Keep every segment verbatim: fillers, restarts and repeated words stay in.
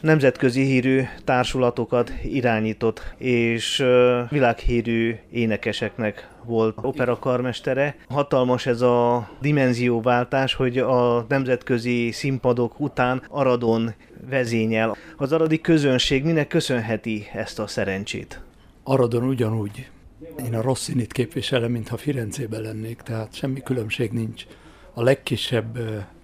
nemzetközi hírű társulatokat irányított, és világhírű énekeseknek volt operakarmestere. Hatalmas ez a dimenzióváltás, hogy a nemzetközi színpadok után Aradon vezényel. Az aradi közönség minek köszönheti ezt a szerencsét? Aradon ugyanúgy. Én a Rossinit képviselem, mintha Firenzében lennék, tehát semmi különbség nincs. A legkisebb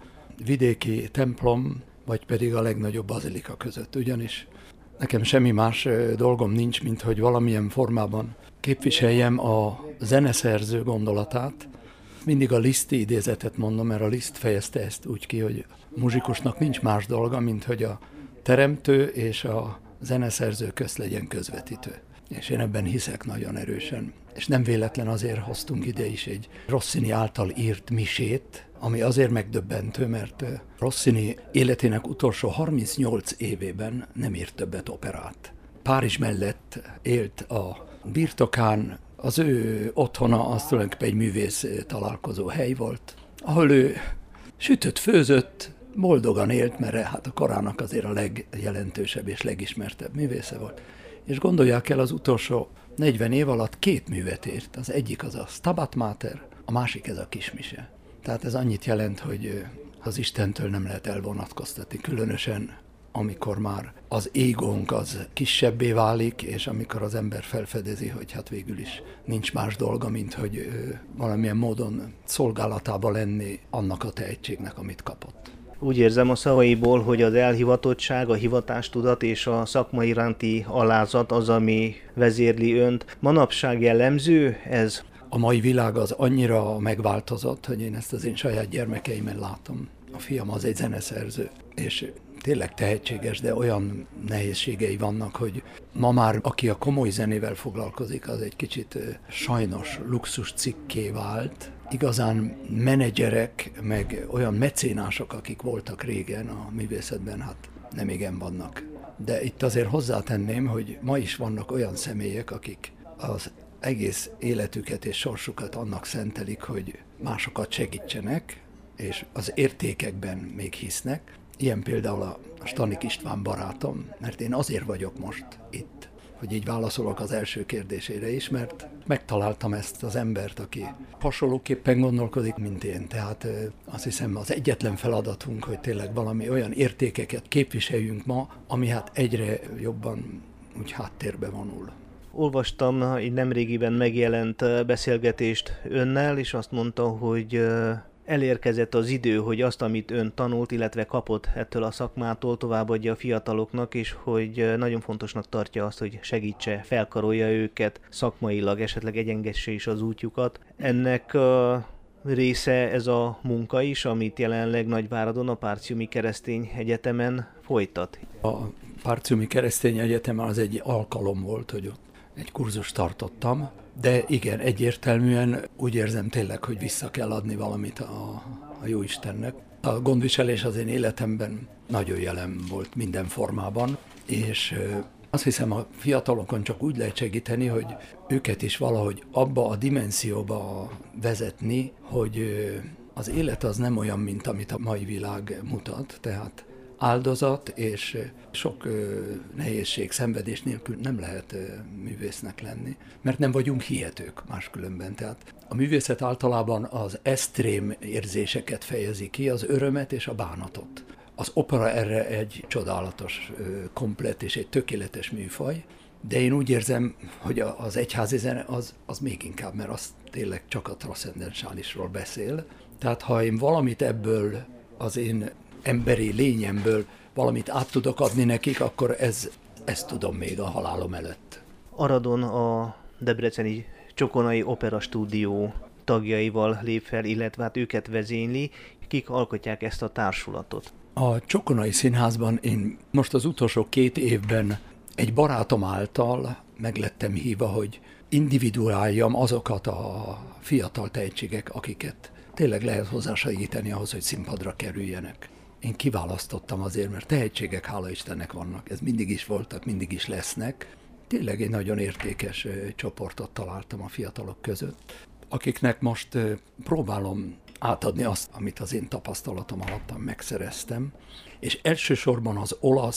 vidéki templom, vagy pedig a legnagyobb bazilika között. Ugyanis nekem semmi más dolgom nincs, mint hogy valamilyen formában képviseljem a zeneszerző gondolatát. Mindig a Liszti idézetet mondom, mert a Liszt fejezte ezt úgy ki, hogy a muzsikusnak nincs más dolga, mint hogy a teremtő és a zeneszerző közt legyen közvetítő. És én ebben hiszek nagyon erősen. És nem véletlen azért hoztunk ide is egy Rossini által írt misét, ami azért megdöbbentő, mert Rossini életének utolsó harmincnyolc évében nem írt többet operát. Párizs mellett élt a birtokán, az ő otthona az tulajdonképpen egy művész találkozó hely volt, ahol ő sütött, főzött, boldogan élt, mert hát a korának azért a legjelentősebb és legismertebb művésze volt. És gondolják el, az utolsó negyven év alatt két művet írt. Az egyik az a Stabat Mater, a másik ez a Kismise. Tehát ez annyit jelent, hogy az Istentől nem lehet elvonatkoztatni, különösen amikor már az égónk az kisebbé válik, és amikor az ember felfedezi, hogy hát végül is nincs más dolga, mint hogy valamilyen módon szolgálatába lenni annak a tehetségnek, amit kapott. Úgy érzem a szavaiból, hogy az elhivatottság, a hivatástudat és a szakma iránti alázat az, ami vezérli önt. Manapság jellemző ez? A mai világ az annyira megváltozott, hogy én ezt az én saját gyermekeimen látom. A fiam az egy zeneszerző, és tényleg tehetséges, de olyan nehézségei vannak, hogy ma már aki a komoly zenével foglalkozik, az egy kicsit sajnos luxus cikké vált. Igazán menedzserek, meg olyan mecénások, akik voltak régen a művészetben, hát nem igen vannak. De itt azért hozzátenném, hogy ma is vannak olyan személyek, akik az egész életüket és sorsukat annak szentelik, hogy másokat segítsenek, és az értékekben még hisznek. Ilyen például a Stanik István barátom, mert én azért vagyok most itt, hogy így válaszolok az első kérdésére is, mert megtaláltam ezt az embert, aki hasonlóképpen gondolkodik, mint én. Tehát azt hiszem az egyetlen feladatunk, hogy tényleg valami olyan értékeket képviseljünk ma, ami hát egyre jobban úgy háttérbe vonul. Olvastam egy nemrégiben megjelent beszélgetést önnel, és azt mondta, hogy elérkezett az idő, hogy azt, amit ön tanult, illetve kapott ettől a szakmától, továbbadja a fiataloknak, és hogy nagyon fontosnak tartja azt, hogy segítse, felkarolja őket szakmailag, esetleg egyengesse is az útjukat. Ennek a része ez a munka is, amit jelenleg Nagyváradon a Párciumi Keresztény Egyetemen folytat. A Párciumi Keresztény Egyetemen az egy alkalom volt, hogy ott egy kurzust tartottam, de igen, egyértelműen úgy érzem tényleg, hogy vissza kell adni valamit a, a Jóistennek. A gondviselés az én életemben nagyon jelen volt minden formában, és azt hiszem a fiatalokon csak úgy lehet segíteni, hogy őket is valahogy abba a dimenzióba vezetni, hogy az élet az nem olyan, mint amit a mai világ mutat, tehát áldozat és sok nehézség, szenvedés nélkül nem lehet művésznek lenni, mert nem vagyunk hihetők máskülönben. Tehát a művészet általában az extrém érzéseket fejezi ki, az örömet és a bánatot. Az opera erre egy csodálatos, komplett és egy tökéletes műfaj, de én úgy érzem, hogy az egyházi zene az, az még inkább, mert az tényleg csak a transzcendentálisról beszél. Tehát ha én valamit ebből az én emberi lényemből valamit át tudok adni nekik, akkor ez, ezt tudom még a halálom előtt. Aradon a debreceni Csokonai Opera Stúdió tagjaival lép fel, illetve hát őket vezényli. Kik alkotják ezt a társulatot? A Csokonai Színházban én most az utolsó két évben egy barátom által meglettem hívva, hogy individuáljam azokat a fiatal tehetségek, akiket tényleg lehet hozzásegíteni ahhoz, hogy színpadra kerüljenek. Én kiválasztottam azért, mert tehetségek, hála Istennek vannak, ez mindig is voltak, mindig is lesznek. Tényleg egy nagyon értékes csoportot találtam a fiatalok között, akiknek most próbálom átadni azt, amit az én tapasztalatom alapján megszereztem, és elsősorban az olasz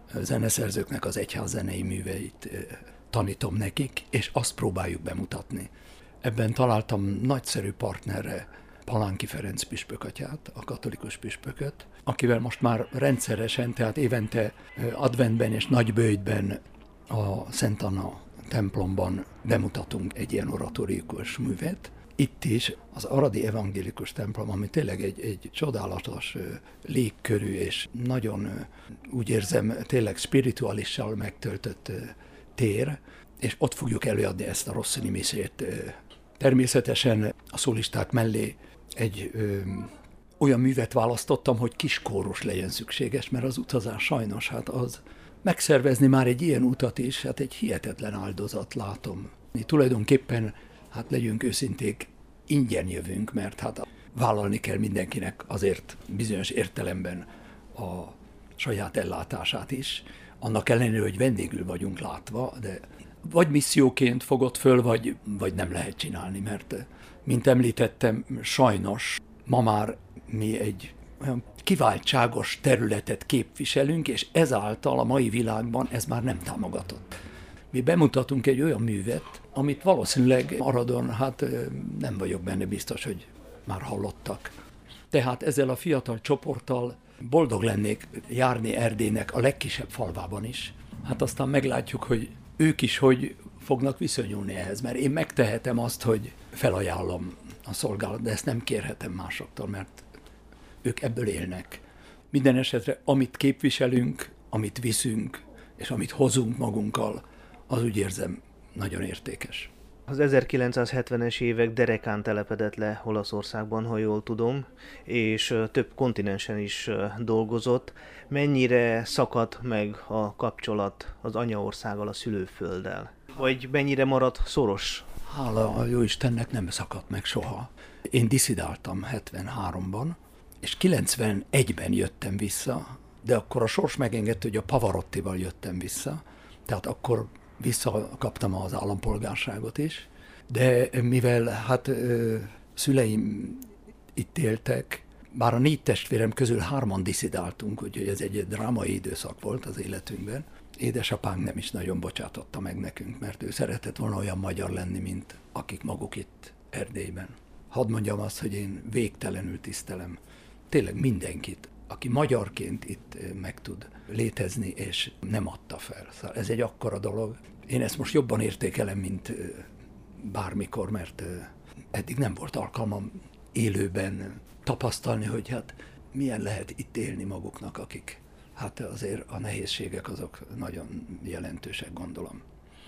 zeneszerzőknek az egyház zenei műveit tanítom nekik, és azt próbáljuk bemutatni. Ebben találtam nagyszerű partnerre Palánki Ferenc püspökatyát, a katolikus püspököt, akivel most már rendszeresen, tehát évente adventben és nagyböjtben a Szent Anna templomban bemutatunk egy ilyen oratórikus művet. Itt is az aradi evangélikus templom, ami tényleg egy, egy csodálatos légkörű és nagyon, úgy érzem, tényleg spiritualissal megtöltött tér, és ott fogjuk előadni ezt a Rossini misét. Természetesen a szólisták mellé egy ö, olyan művet választottam, hogy kiskórus legyen szükséges, mert az utazás sajnos, hát az megszervezni már egy ilyen utat is, hát egy hihetetlen áldozat, látom. Mi tulajdonképpen, hát legyünk őszinték, ingyen jövünk, mert hát vállalni kell mindenkinek azért bizonyos értelemben a saját ellátását is, annak ellenére, hogy vendégül vagyunk látva, de vagy misszióként fogod föl, vagy, vagy nem lehet csinálni, mert mint említettem, sajnos ma már mi egy olyan kiváltságos területet képviselünk, és ezáltal a mai világban ez már nem támogatott. Mi bemutatunk egy olyan művet, amit valószínűleg Aradon, hát nem vagyok benne biztos, hogy már hallottak. Tehát ezzel a fiatal csoporttal boldog lennék járni Erdélynek a legkisebb falvában is. Hát aztán meglátjuk, hogy ők is hogy fognak viszonyulni ehhez, mert én megtehetem azt, hogy felajánlom a szolgálat, de ezt nem kérhetem másoktól, mert ők ebből élnek. Minden esetre, amit képviselünk, amit viszünk, és amit hozunk magunkkal, az úgy érzem nagyon értékes. Az ezerkilencszázhetvenes évek derekán telepedett le Olaszországban, ha jól tudom, és több kontinensen is dolgozott. Mennyire szakadt meg a kapcsolat az anyaországgal, a szülőfölddel? Vagy mennyire maradt szoros? Hála a Jóistennek nem szakadt meg soha. Én diszidáltam hetvenháromban, és kilencvenegyben jöttem vissza, de akkor a sors megengedte, hogy a Pavarottival jöttem vissza, tehát akkor visszakaptam az állampolgárságot is, de mivel hát ö, szüleim itt éltek, bár a négy testvérem közül hárman diszidáltunk, úgyhogy ez egy drámai időszak volt az életünkben. Édesapánk nem is nagyon bocsátotta meg nekünk, mert ő szeretett volna olyan magyar lenni, mint akik maguk itt Erdélyben. Hadd mondjam azt, hogy én végtelenül tisztelem tényleg mindenkit, aki magyarként itt meg tud létezni, és nem adta fel. Szóval ez egy akkora dolog. Én ezt most jobban értékelem, mint bármikor, mert eddig nem volt alkalmam élőben tapasztalni, hogy hát milyen lehet itt élni maguknak, akik hát azért a nehézségek azok nagyon jelentősek, gondolom.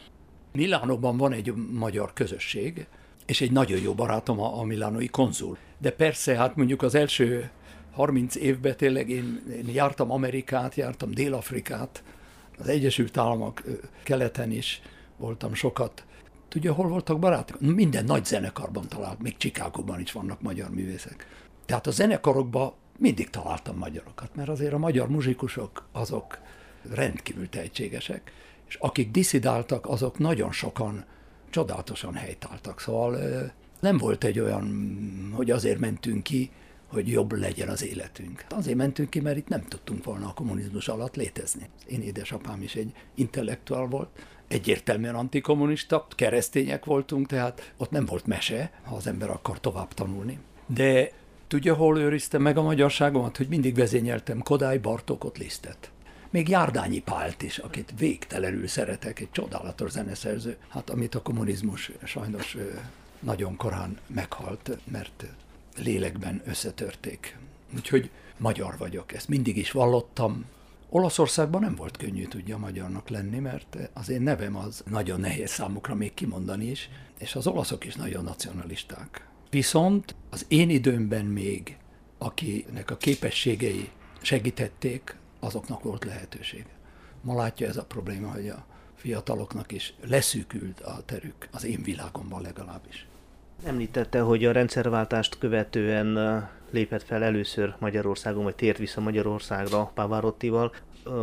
Milánóban van egy magyar közösség, és egy nagyon jó barátom a, a milánói konzul. De persze, hát mondjuk az első harminc évben tényleg én, én jártam Amerikát, jártam Dél-Afrikát, az Egyesült Államok keleten is voltam sokat. Tudja, hol voltak barátok? Minden nagy zenekarban talált, még Chicagóban is vannak magyar művészek. Tehát a zenekarokban mindig találtam magyarokat, mert azért a magyar muzsikusok azok rendkívül tehetségesek, és akik diszidáltak, azok nagyon sokan csodálatosan helytáltak. Szóval nem volt egy olyan, hogy azért mentünk ki, hogy jobb legyen az életünk. Azért mentünk ki, mert itt nem tudtunk volna a kommunizmus alatt létezni. Én édesapám is egy intellektuál volt, egyértelműen antikommunista, keresztények voltunk, tehát ott nem volt mese, ha az ember akar tovább tanulni. De tudja, hol őriztem meg a magyarságomat, hogy mindig vezényeltem Kodály Bartókot, Lisztet. Még Járdányi Pált is, akit végtelenül szeretek, egy csodálatos zeneszerző, hát amit a kommunizmus sajnos nagyon korán meghalt, mert lélekben összetörték. Úgyhogy magyar vagyok, ezt mindig is vallottam. Olaszországban nem volt könnyű, tudja, magyarnak lenni, mert az én nevem az nagyon nehéz számukra még kimondani is, és az olaszok is nagyon nacionalisták. Viszont az én időmben még, akinek a képességei segítették, azoknak volt lehetőség. Ma látja ez a probléma, hogy a fiataloknak is leszűkült a terük, az én világomban legalábbis. Említette, hogy a rendszerváltást követően lépett fel először Magyarországon, vagy tért vissza Magyarországra Pavarottival.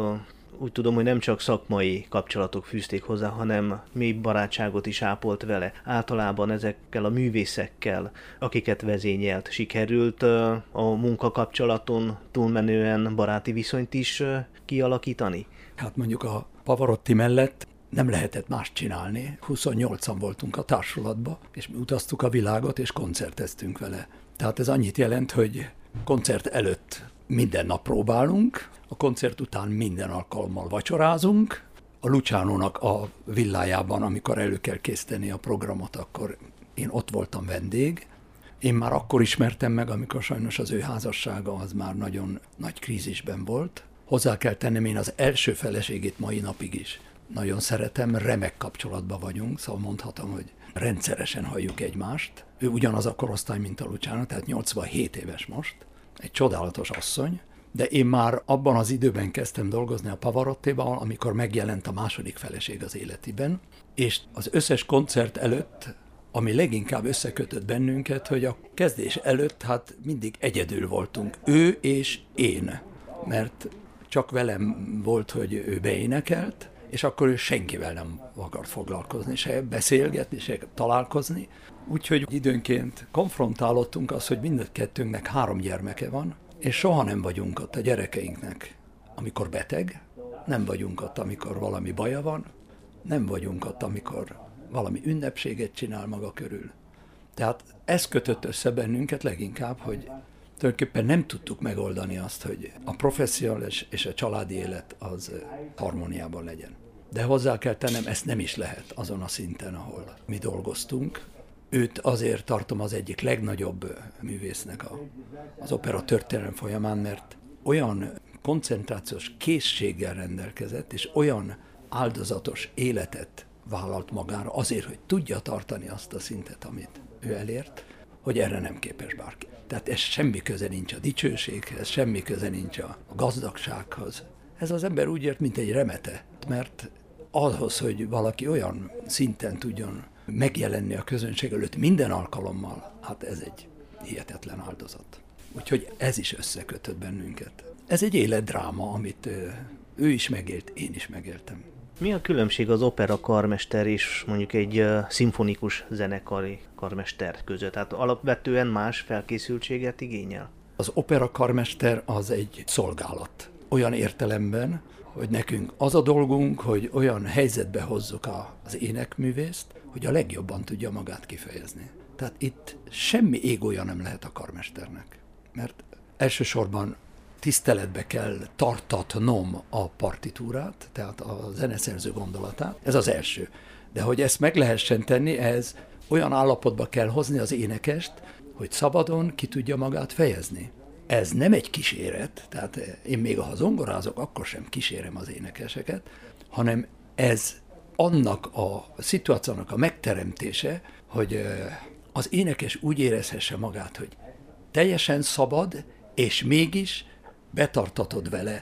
Úgy tudom, hogy nem csak szakmai kapcsolatok fűzték hozzá, hanem mély barátságot is ápolt vele. Általában ezekkel a művészekkel, akiket vezényelt, sikerült a munkakapcsolaton túlmenően baráti viszonyt is kialakítani? Hát mondjuk a Pavarotti mellett nem lehetett más csinálni. huszonnyolcan voltunk a társulatban, és mi utaztuk a világot, és koncerteztünk vele. Tehát ez annyit jelent, hogy koncert előtt minden nap próbálunk, a koncert után minden alkalommal vacsorázunk. A Lucianónak a villájában, amikor elő kell készíteni a programot, akkor én ott voltam vendég. Én már akkor ismertem meg, amikor sajnos az ő házassága az már nagyon nagy krízisben volt. Hozzá kell tennem, én az első feleségét mai napig is nagyon szeretem, remek kapcsolatban vagyunk, szóval mondhatom, hogy rendszeresen halljuk egymást. Ő ugyanaz a korosztály, mint a Luciano, tehát nyolcvanhét éves most, egy csodálatos asszony, de én már abban az időben kezdtem dolgozni a Pavarottival, amikor megjelent a második feleség az életében, és az összes koncert előtt, ami leginkább összekötött bennünket, hogy a kezdés előtt hát mindig egyedül voltunk, ő és én, mert csak velem volt, hogy ő beénekelt, és akkor ő senkivel nem akart foglalkozni, se beszélgetni, se találkozni. Úgyhogy időnként konfrontálottunk az, hogy mindkettőnknek három gyermeke van, és soha nem vagyunk ott a gyerekeinknek, amikor beteg, nem vagyunk ott, amikor valami baja van, nem vagyunk ott, amikor valami ünnepséget csinál maga körül. Tehát ez kötött össze bennünket leginkább, hogy tulajdonképpen nem tudtuk megoldani azt, hogy a professzionális és a családi élet az harmóniában legyen. De hozzá kell tennem, ezt nem is lehet azon a szinten, ahol mi dolgoztunk. Őt azért tartom az egyik legnagyobb művésznek a, az opera történelem folyamán, mert olyan koncentrációs készséggel rendelkezett, és olyan áldozatos életet vállalt magára azért, hogy tudja tartani azt a szintet, amit ő elért, hogy erre nem képes bárki. Tehát ez semmi köze nincs a dicsőséghez, semmi köze nincs a gazdagsághoz. Ez az ember úgy ért, mint egy remete, mert ahhoz, hogy valaki olyan szinten tudjon megjelenni a közönség előtt minden alkalommal, hát ez egy hihetetlen áldozat. Úgyhogy ez is összekötött bennünket. Ez egy életdráma, amit ő is megélt, én is megéltem. Mi a különbség az opera karmester és mondjuk egy uh, szimfonikus zenekari karmester között? Tehát alapvetően más felkészültséget igényel? Az opera karmester az egy szolgálat. Olyan értelemben, hogy nekünk az a dolgunk, hogy olyan helyzetbe hozzuk a, az énekművészt, hogy a legjobban tudja magát kifejezni. Tehát itt semmi égója nem lehet a karmesternek. Mert elsősorban tiszteletbe kell tartatnom a partitúrát, tehát a zeneszerző gondolatát. Ez az első. De hogy ezt meg lehessen tenni, ez olyan állapotba kell hozni az énekest, hogy szabadon ki tudja magát fejezni. Ez nem egy kíséret, tehát én még ha zongorázok, akkor sem kísérem az énekeseket, hanem ez annak a szituációnak a megteremtése, hogy az énekes úgy érezhesse magát, hogy teljesen szabad, és mégis betartatod vele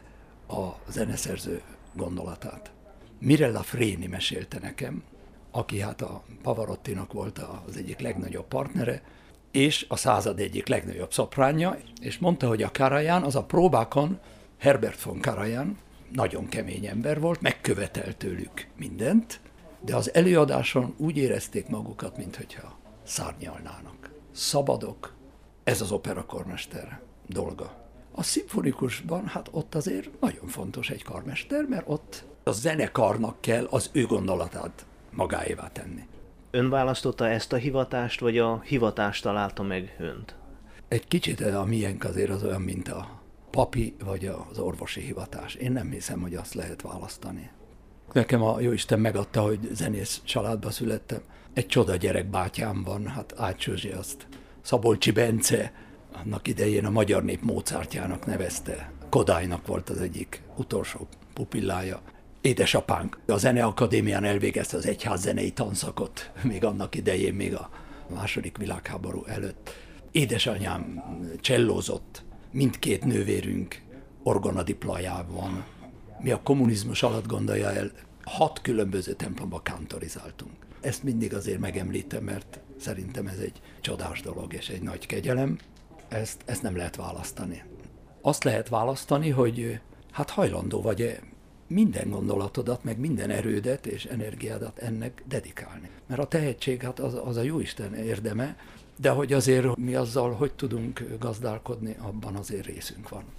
a zeneszerző gondolatát. Mirella Freni mesélte nekem, aki hát a Pavarottinak volt az egyik legnagyobb partnere, és a század egyik legnagyobb szopránja, és mondta, hogy a Karajan, az a próbákon, Herbert von Karajan nagyon kemény ember volt, megkövetelt tőlük mindent, de az előadáson úgy érezték magukat, minthogyha szárnyalnának. Szabadok, ez az operakarmester dolga. A szimfonikusban, hát ott azért nagyon fontos egy karmester, mert ott a zenekarnak kell az ő gondolatát magáévá tenni. Ön választotta ezt a hivatást, vagy a hivatást találta meg önt? Egy kicsit a miénk azért az olyan, mint a papi vagy az orvosi hivatás. Én nem hiszem, hogy azt lehet választani. Nekem a Jóisten megadta, hogy zenész családba születtem. Egy csoda gyerek bátyám van, hát Ács Józsi azt Szabolcsi Bence annak idején a magyar nép Mozartjának nevezte. Kodálynak volt az egyik utolsó pupillája. Édesapánk a Zeneakadémián elvégezte az egyházzenei tanszakot, még annak idején, még a második világháború előtt. Édesanyám csellózott, mindkét nővérünk orgonadiplomájában. Mi a kommunizmus alatt, gondolja el, hat különböző templomba kantorizáltunk. Ezt mindig azért megemlítem, mert szerintem ez egy csodás dolog és egy nagy kegyelem. Ezt, ezt nem lehet választani. Azt lehet választani, hogy hát hajlandó vagy-e minden gondolatodat, meg minden erődet és energiádat ennek dedikálni. Mert a tehetség hát az, az a Jóisten érdeme, de hogy azért mi azzal hogy tudunk gazdálkodni, abban azért részünk van.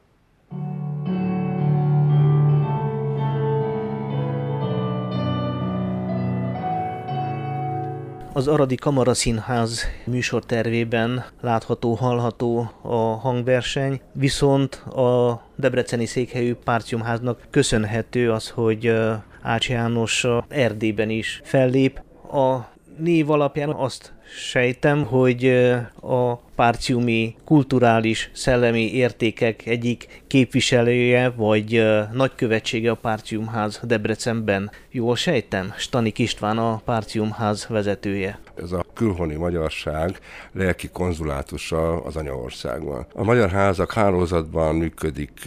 Az Aradi Kamaraszínház műsortervében látható, hallható a hangverseny, viszont a debreceni székhelyű Partiumháznak köszönhető az, hogy Ács János Erdélyben is fellép. A név alapján azt sejtem, hogy a partiumi kulturális, szellemi értékek egyik képviselője vagy nagykövetsége a Partiumház Debrecenben. Jól sejtem? Stanik István a Partiumház vezetője. Ez a külhoni magyarság lelki konzulátusa az anyaországban. A magyar házak hálózatban működik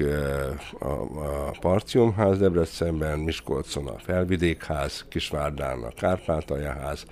a Partiumház Debrecenben, Miskolcon a Felvidékház, Kisvárdán a Kárpátaljaház,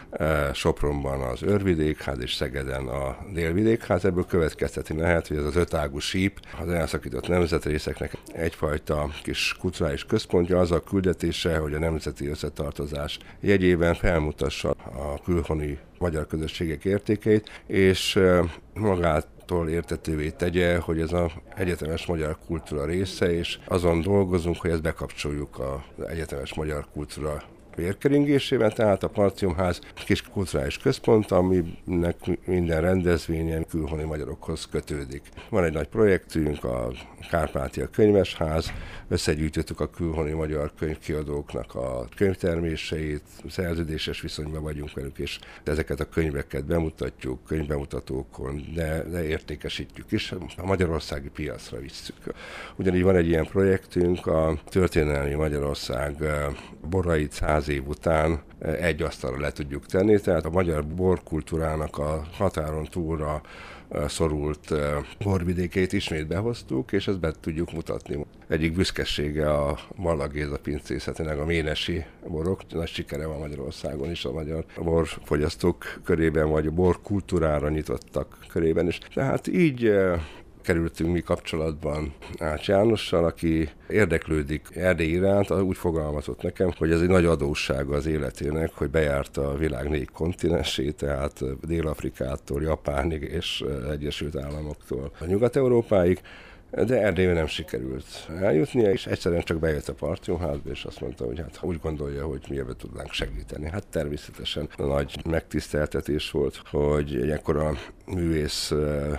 Sopronban az Őrvidékház és Szegeden a Délvidékház. Ebből következtetni lehet, hogy ez az ötágú síp az elszakított nemzetrészeknek egyfajta kis kulturális központja, az a küldetése, hogy a nemzeti összetartozás jegyében felmutassa a külhoni magyar közösségek értékeit, és magát értetővé tegye, hogy ez az egyetemes magyar kultúra része, és azon dolgozunk, hogy ezt bekapcsoljuk az egyetemes magyar kultúra vérkeringésében, tehát a Partiumház kis kulturális központ, aminek minden rendezvényen külhoni magyarokhoz kötődik. Van egy nagy projektünk, a Kárpátia Könyvesház, összegyűjtöttük a külhoni magyar könyvkiadóknak a könyvterméseit, szerződéses viszonyban vagyunk velük, és ezeket a könyveket bemutatjuk könyvbemutatókon, de, de értékesítjük is, a magyarországi piacra visszük. Ugyanígy van egy ilyen projektünk, a Történelmi Magyarország borait száz év után egy asztalra le tudjuk tenni, tehát a magyar borkultúrának a határon túlra szorult borvidékeit ismét behoztuk, és ezt be tudjuk mutatni. Egyik büszkesége a Balla Géza pincészetének a ménesi borok. Nagy sikere van Magyarországon is a magyar borfogyasztók körében, vagy a borkultúrára nyitottak körében is. Tehát így kerültünk mi kapcsolatban Ács Jánossal, aki érdeklődik Erdély iránt, úgy fogalmazott nekem, hogy ez egy nagy adóssága az életének, hogy bejárta a világ négy kontinensét, tehát Dél-Afrikától, Japánig és Egyesült Államoktól a Nyugat-Európáig, de Erdélyben nem sikerült eljutnia, és egyszerűen csak bejött a Partiumházba, és azt mondta, hogy hát úgy gondolja, hogy mi ebben tudnánk segíteni. Hát természetesen nagy megtiszteltetés volt, hogy egy ekkora művész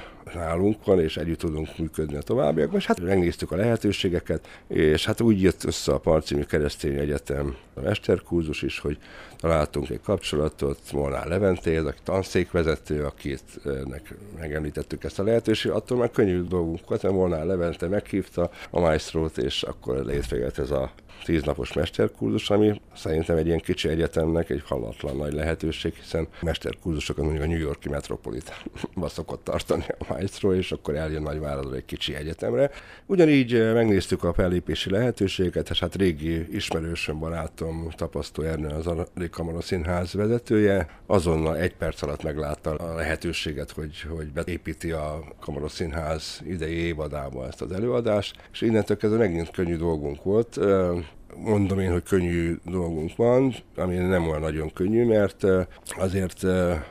nálunk van, és együtt tudunk működni a továbbiakban, és hát megnéztük a lehetőségeket, és hát úgy jött össze a Partiumi Keresztény Egyetem a mesterkurzus is, hogy találtunk egy kapcsolatot Molnár Leventéhez, aki tanszékvezető, akit megemlítettük ezt a lehetőséget, attól már könnyű dolgunk volt, mert Molnár Levente meghívta a maestrót, és akkor létrejött ez a tíznapos mesterkurzus, ami szerintem egy ilyen kicsi egyetemnek egy halatlan nagy lehetőség, hiszen mesterkurzusokat mondjuk a New York-i Metropolitanba szokott tartani a maestro, és akkor eljön Nagyváradra egy kicsi egyetemre. Ugyanígy megnéztük a fellépési lehetőséget, és hát régi ismerősöm, barátom, Tapasztó Ernő, az Aradi Kamaraszínház vezetője, azonnal egy perc alatt meglátta a lehetőséget, hogy, hogy beépíti a Kamaraszínház idei évadába ezt az előadást, és innentől kezdve megint könnyű dolgunk volt. Mondom én, hogy könnyű dolgunk van, ami nem olyan nagyon könnyű, mert azért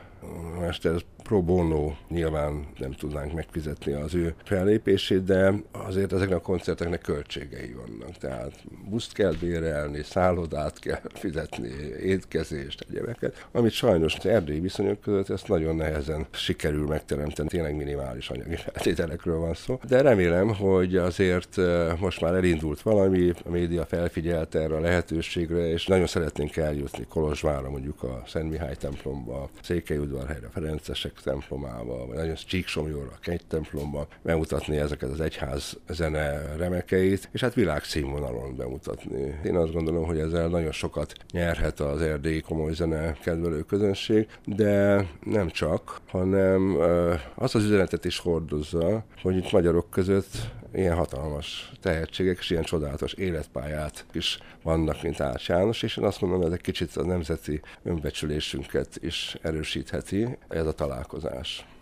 mester pro bono nyilván nem tudnánk megfizetni az ő fellépését, de azért ezeknek a koncerteknek költségei vannak. Tehát buszt kell bérelni, szállodát kell fizetni, étkezést, egyebeket, amit sajnos az erdélyi viszonyok között ezt nagyon nehezen sikerül megteremteni. Tényleg minimális anyagi feltételekről van szó. De remélem, hogy azért most már elindult valami, a média felfigyelt erre a lehetőségre, és nagyon szeretnénk eljutni Kolozsvárra, mondjuk a Szent Mihály templomba, Székelyudvarhelyre, Ferencesek templomába, vagy nagyon Csíksomlyóra, a Kegy templomba, bemutatni ezeket az egyház zene remekeit, és hát világszínvonalon bemutatni. Én azt gondolom, hogy ezzel nagyon sokat nyerhet az erdélyi komoly zene kedvelő közönség, de nem csak, hanem azt az üzenetet is hordozza, hogy itt magyarok között ilyen hatalmas tehetségek és ilyen csodálatos életpályát is vannak, mint Ács János, és én azt mondom, hogy ez egy kicsit a nemzeti önbecsülésünket is erősítheti ez a találkozás.